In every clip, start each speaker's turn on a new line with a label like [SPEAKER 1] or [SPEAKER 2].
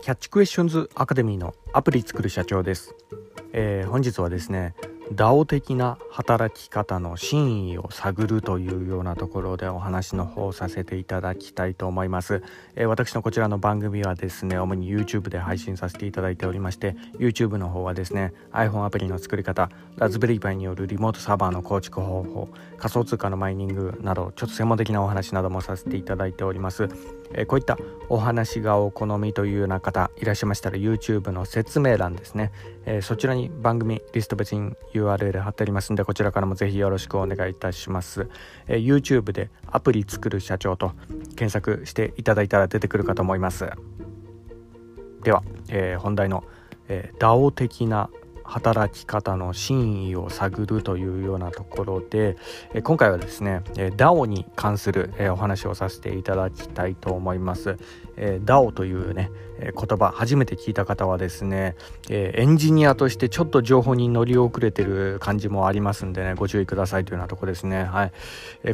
[SPEAKER 1] キャッチクエスチョンズアカデミーのアプリ作る社長です。本日はですね DAO 的な働き方の真意を探るというようなところでお話の方させていただきたいと思います。私のこちらの番組はですね主に YouTube で配信させていただいておりまして、 YouTube の方はですね iPhone アプリの作り方、ラズベリーパイによるリモートサーバーの構築方法、仮想通貨のマイニングなどちょっと専門的なお話などもさせていただいております。こういったお話がお好みというような方いらっしゃいましたら YouTube の説明欄ですね、そちらに番組リスト別に URL 貼ってありますので、こちらからもぜひよろしくお願いいたします。YouTube でアプリ作る社長と検索していただいたら出てくるかと思います。では、本題の、DAO 的な働き方の真意を探るというようなところで、今回はですね DAO に関する、お話をさせていただきたいと思います。DAO というね言葉初めて聞いた方はですね、エンジニアとしてちょっと情報に乗り遅れてる感じもありますんでね、ご注意くださいというようなところですね。はい。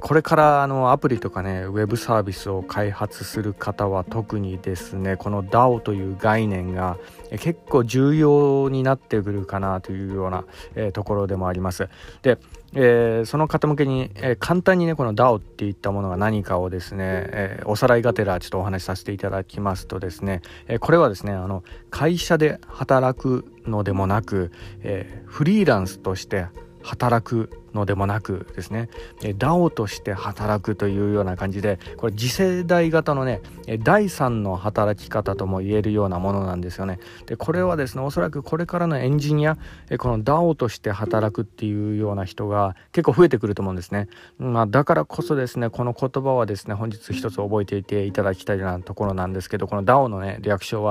[SPEAKER 1] これからアプリとかねウェブサービスを開発する方は特にですねこの DAO という概念が結構重要になってくるかなというような、ところでもあります。で、その方向けに、簡単にねこの DAO っていったものが何かをですね、おさらいがてらちょっとお話しさせていただきますとですね、これはですね会社で働くのでもなく、フリーランスとして働くのでもなくですね DAO として働くというような感じで、これ次世代型のね第三の働き方とも言えるようなものなんですよね。でこれはですねおそらくこれからのエンジニア、この DAO として働くっていうような人が結構増えてくると思うんですね。だからこそですねこの言葉はですね本日一つ覚えていていただきたいようなところなんですけど、この DAO のね略称は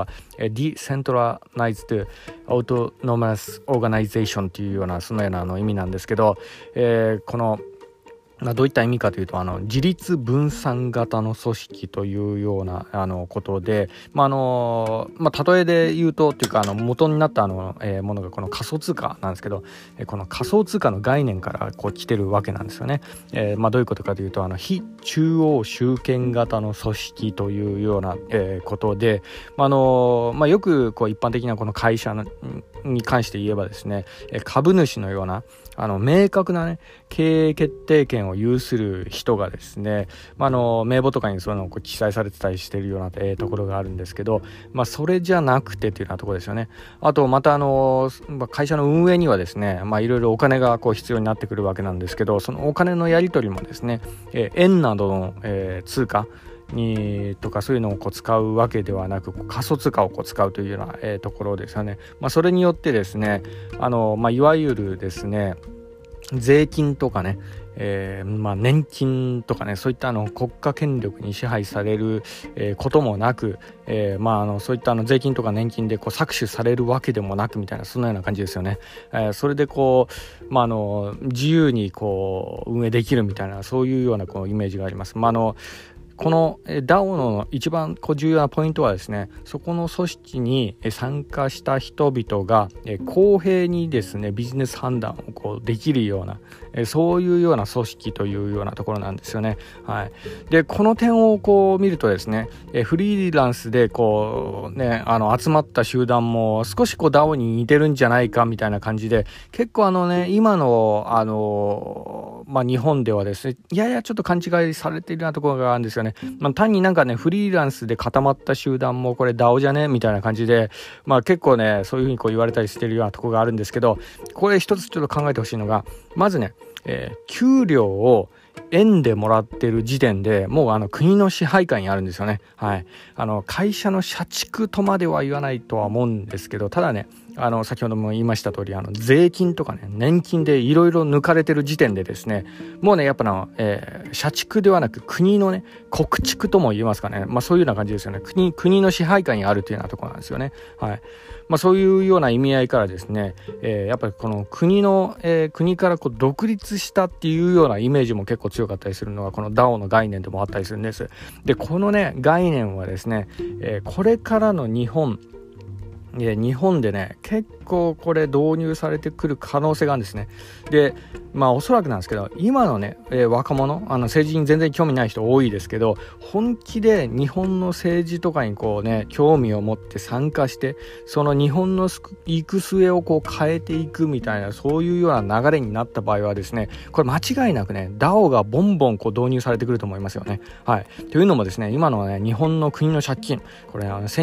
[SPEAKER 1] Decentralized Autonomous Organization というようなそのような意味なんですけど、このどういった意味かというと自立分散型の組織というようなことで、例えで言うとというか元になったものがこの仮想通貨なんですけど、この仮想通貨の概念から来てるわけなんですよね。どういうことかというと非中央集権型の組織というような、ことで、よく一般的なこの会社に関して言えばですね株主のような明確なね経営決定権を有する人がですね、名簿とかにそういうのを記載されてたりしているような、ところがあるんですけど、それじゃなくてというようなところですよね。あとまた会社の運営にはですねいろいろお金が必要になってくるわけなんですけど、そのお金のやり取りもですね、円などの、通貨にとかそういうのを使うわけではなく仮想通貨を使うというような、ところですよね。それによってですねいわゆるですね税金とかね、年金とかねそういった国家権力に支配される、こともなく、そういった税金とか年金で搾取されるわけでもなくみたいなそんなような感じですよね。それで自由に運営できるみたいなそういうようなイメージがあります。この DAO の一番重要なポイントはですね、そこの組織に参加した人々が公平にですねビジネス判断をできるようなそういうような組織というようなところなんですよね。はい。でこの点を見るとですねフリーランスで集まった集団も少しDAO に似てるんじゃないかみたいな感じで、結構今の日本ではですねややちょっと勘違いされているようなところがあるんですよね。単にフリーランスで固まった集団もこれ DAO じゃねみたいな感じで、結構ねそういうふうに言われたりしているようなところがあるんですけど、これ一つちょっと考えてほしいのが、まずね、給料を円でもらってる時点でもう国の支配下にあるんですよね。はい。会社の社畜とまでは言わないとは思うんですけど、ただね先ほども言いました通り税金とかね年金でいろいろ抜かれてる時点でですねもうねやっぱ社畜ではなく国のね国畜とも言えますかね、そういうような感じですよね。国の支配下にあるというようなところなんですよね。はい。そういうような意味合いからですね、やっぱりこの国から独立したっていうようなイメージも結構強かったりするのがこの DAO の概念でもあったりするんです。でこのね概念はですね、これからの日本日本でね結構これ導入されてくる可能性があるんですね。でおそらくなんですけど今のね、若者政治に全然興味ない人多いですけど、本気で日本の政治とかにこうね興味を持って参加して、その日本の行く末をこう変えていくみたいな、そういうような流れになった場合はですね、これ間違いなくね DAO がボンボンこう導入されてくると思いますよね。はい。というのもですね、今のね日本の国の借金、これ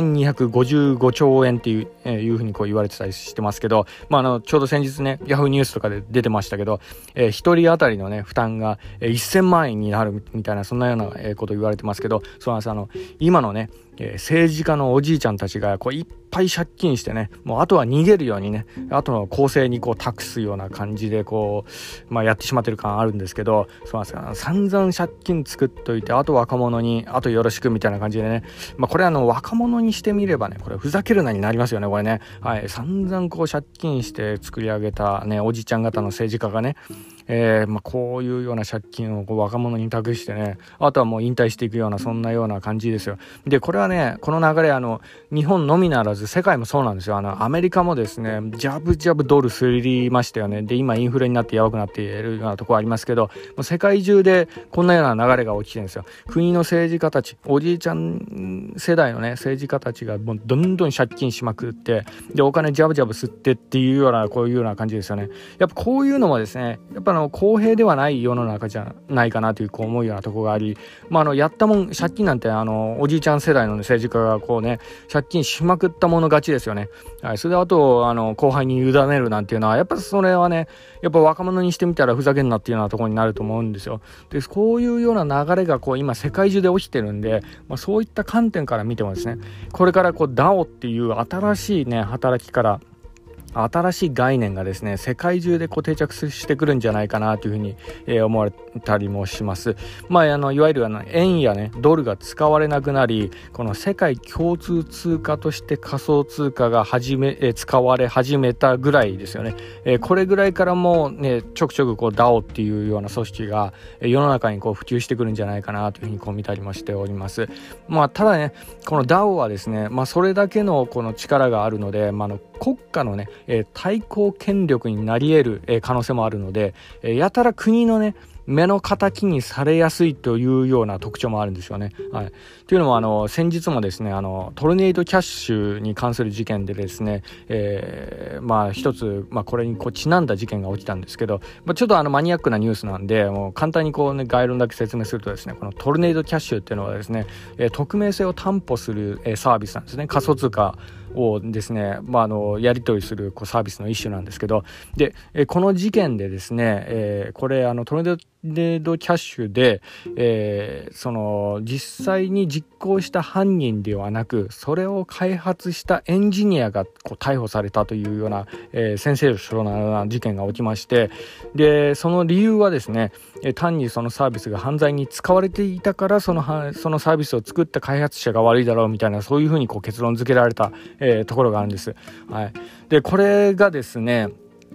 [SPEAKER 1] 1255兆円っていうふうにこう言われてたりしてますけど、ちょうど先日ねヤフーニュースとかで出てましたけど、1人当たりのね負担が1000万円になるみたいな、そんなようなこと言われてますけど、そうなんです。今のね政治家のおじいちゃんたちがこういっぱい借金してね、もうあとは逃げるようにね、あとの公正にこう託すような感じでこう、やってしまってる感あるんですけど、そうなんです。散々借金作っといて、あと若者にあとよろしくみたいな感じでね、これ若者にしてみればね、これふざけるなになりますよね、これね。はい。散々こう借金して作り上げたねおじちゃん方の政治家がね、こういうような借金をこう若者に託してね、あとはもう引退していくような、そんなような感じですよ。でこれはね、この流れ日本のみならず世界もそうなんですよ。アメリカもですねジャブジャブドルすりましたよね。で今インフレになってやばくなっているようなところありますけど、もう世界中でこんなような流れが起きてるんですよ。国の政治家たち、おじいちゃん世代のね政治家たちがもうどんどん借金しまくって、でお金ジャブジャブ吸ってっていうような、こういうような感じですよね。やっぱこういうのもですね、やっぱ公平ではない世の中じゃないかなというこう思うようなところがあり、やったもん借金なんておじいちゃん世代の、政治家がこうね借金しまくったもの勝ちですよね。はい。それであと後輩に委ねるなんていうのは、やっぱそれはね、やっぱ若者にしてみたらふざけんなっていうようなところになると思うんですよ。でこういうような流れがこう今世界中で起きてるんで、そういった観点から見てもですね、これからこう DAO っていう新しいね働きから新しい概念がですね世界中でこう定着してくるんじゃないかなというふうに、思われたりもします。いわゆる円やねドルが使われなくなり、この世界共通通貨として仮想通貨が使われ始めたぐらいですよね。これぐらいからもうねちょくちょくこう DAO っていうような組織が世の中にこう普及してくるんじゃないかなというふうにこう見たりもしております。ただね、この DAO はですね、それだけのこの力があるので、国家のね対抗権力になり得る可能性もあるので、やたら国のね目の敵にされやすいというような特徴もあるんですよね。はい。というのも先日もですねトルネードキャッシュに関する事件でですね、一つこれにこうちなんだ事件が起きたんですけど、ちょっとマニアックなニュースなんでもう簡単にこうね概論だけ説明するとですね、このトルネードキャッシュっていうのはですね、匿名性を担保する、サービスなんですね。仮想通貨をですね、やり取りするこうサービスの一種なんですけど、で、この事件でですね、これトルネードキャッシュで、その実際に実行した犯人ではなく、それを開発したエンジニアがこう逮捕されたというような、センセーショナルな事件が起きまして、でその理由はですね、単にそのサービスが犯罪に使われていたからそのサービスを作った開発者が悪いだろうみたいな、そういうふうにこう結論付けられた、ところがあるんです。はい。でこれがですね、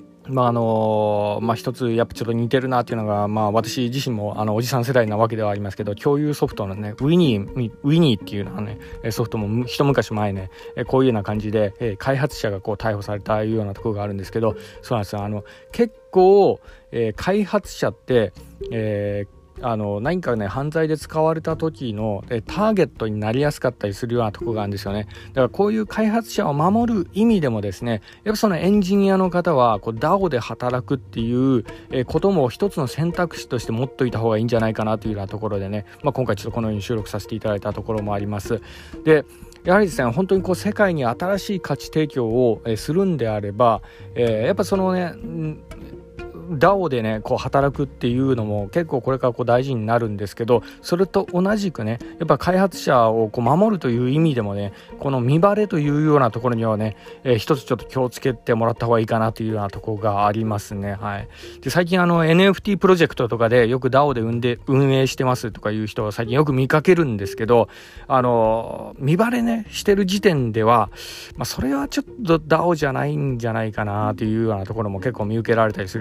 [SPEAKER 1] 一つやっぱちょっと似てるなっていうのが、私自身もおじさん世代なわけではありますけど、共有ソフトのねウィニーっていうのはねソフトも一昔前ねこういうような感じで開発者がこう逮捕されたいうようなところがあるんですけど、そうなんですよ。結構開発者って何かね犯罪で使われた時のターゲットになりやすかったりするようなところがあるんですよね。だからこういう開発者を守る意味でもですね、やっぱそのエンジニアの方はこう DAO で働くっていうことも一つの選択肢として持っといた方がいいんじゃないかなというようなところでね、今回ちょっとこのように収録させていただいたところもあります。でやはりですね、本当にこう世界に新しい価値提供をするんであれば、やっぱそのねDAO でねこう働くっていうのも結構これからこう大事になるんですけど、それと同じくねやっぱ開発者をこう守るという意味でもね、この見バレというようなところにはね、一つちょっと気をつけてもらった方がいいかなというようなところがありますね。はい。で最近NFT プロジェクトとかでよく DAO で運営してますとかいう人を最近よく見かけるんですけど、見バレねしてる時点では、それはちょっと DAO じゃないんじゃないかなというようなところも結構見受けられたりするよう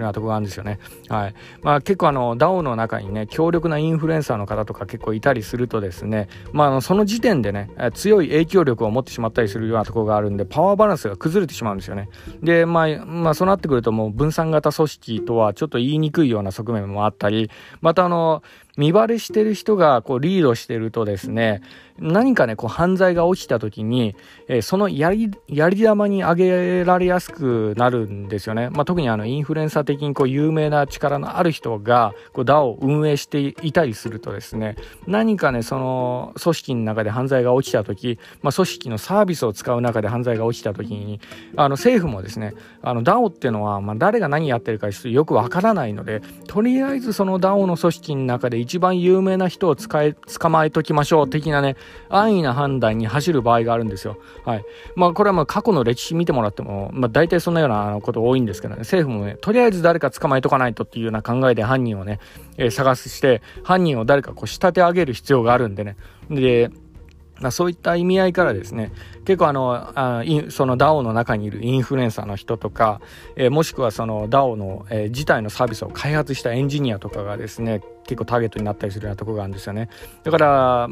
[SPEAKER 1] うなところがあるんですよね。はい。結構DAO の中にね、強力なインフルエンサーの方とか結構いたりするとですね、その時点でね、強い影響力を持ってしまったりするようなところがあるんで、パワーバランスが崩れてしまうんですよね。で、そうなってくるともう分散型組織とはちょっと言いにくいような側面もあったり、また見バレしてる人がリードしてるとですね、何かね犯罪が起きた時に、そのやり玉に挙げられやすくなるんですよね。特にインフルエンサー的に有名な力のある人がDAO を運営していたりするとですね、何かねその組織の中で犯罪が起きた時、組織のサービスを使う中で犯罪が起きた時に政府もですねDAO っていうのは誰が何やってるかよくわからないので、とりあえずその DAO の組織の中で一番有名な人を捕まえときましょう的なね、安易な判断に走る場合があるんですよ。はい。これは過去の歴史見てもらっても、大体そんなようなこと多いんですけどね、政府もね、とりあえず誰か捕まえとかないとっていうような考えで犯人をね、探して犯人を誰か仕立て上げる必要があるんでね。で、そういった意味合いからですね、結構その DAO の中にいるインフルエンサーの人とか、もしくはその DAO の、自体のサービスを開発したエンジニアとかがですね、結構ターゲットになったりするようなところがあるんですよね。だから、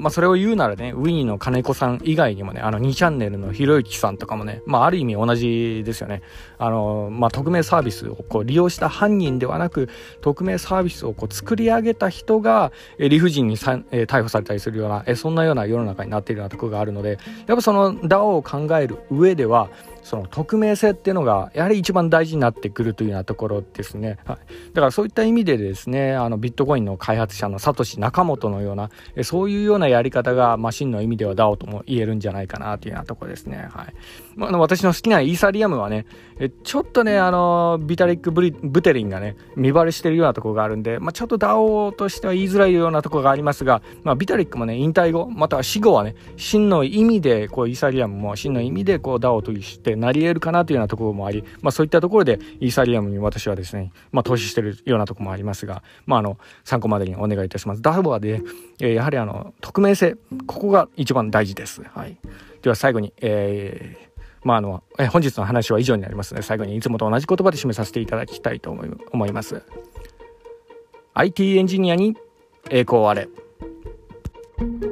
[SPEAKER 1] それを言うならね、ウィニーの金子さん以外にもね、2チャンネルのひろゆきさんとかもね、ある意味同じですよね。匿名サービスを利用した犯人ではなく、匿名サービスを作り上げた人が、理不尽に逮捕されたりするような、そんなような世の中になっているようなところがあるので、やっぱその DAO を考える上では、その匿名性っていうのがやはり一番大事になってくるというようなところですね。はい、だからそういった意味でですね、ビットコインの開発者のサトシ・ナカモトのようなそういうようなやり方が真の意味では DAO とも言えるんじゃないかなというようなところですね。はい。私の好きなイーサリアムはね、ちょっとねビタリック・ブテリンがね見バレしてるようなところがあるんで、ちょっと DAO としては言いづらいようなところがありますが、ビタリックもね引退後または死後はね真の意味でイーサリアムも真の意味でDAO としてなり得るかなというようなところもあり、そういったところでイーサリアムに私はですね、投資しているようなところもありますが、参考までにお願いいたします。DAO はで、やはり匿名性、ここが一番大事です。はい。では最後に、本日の話は以上になりますので、最後にいつもと同じ言葉で締めさせていただきたいと思います。IT エンジニアに栄光あれ。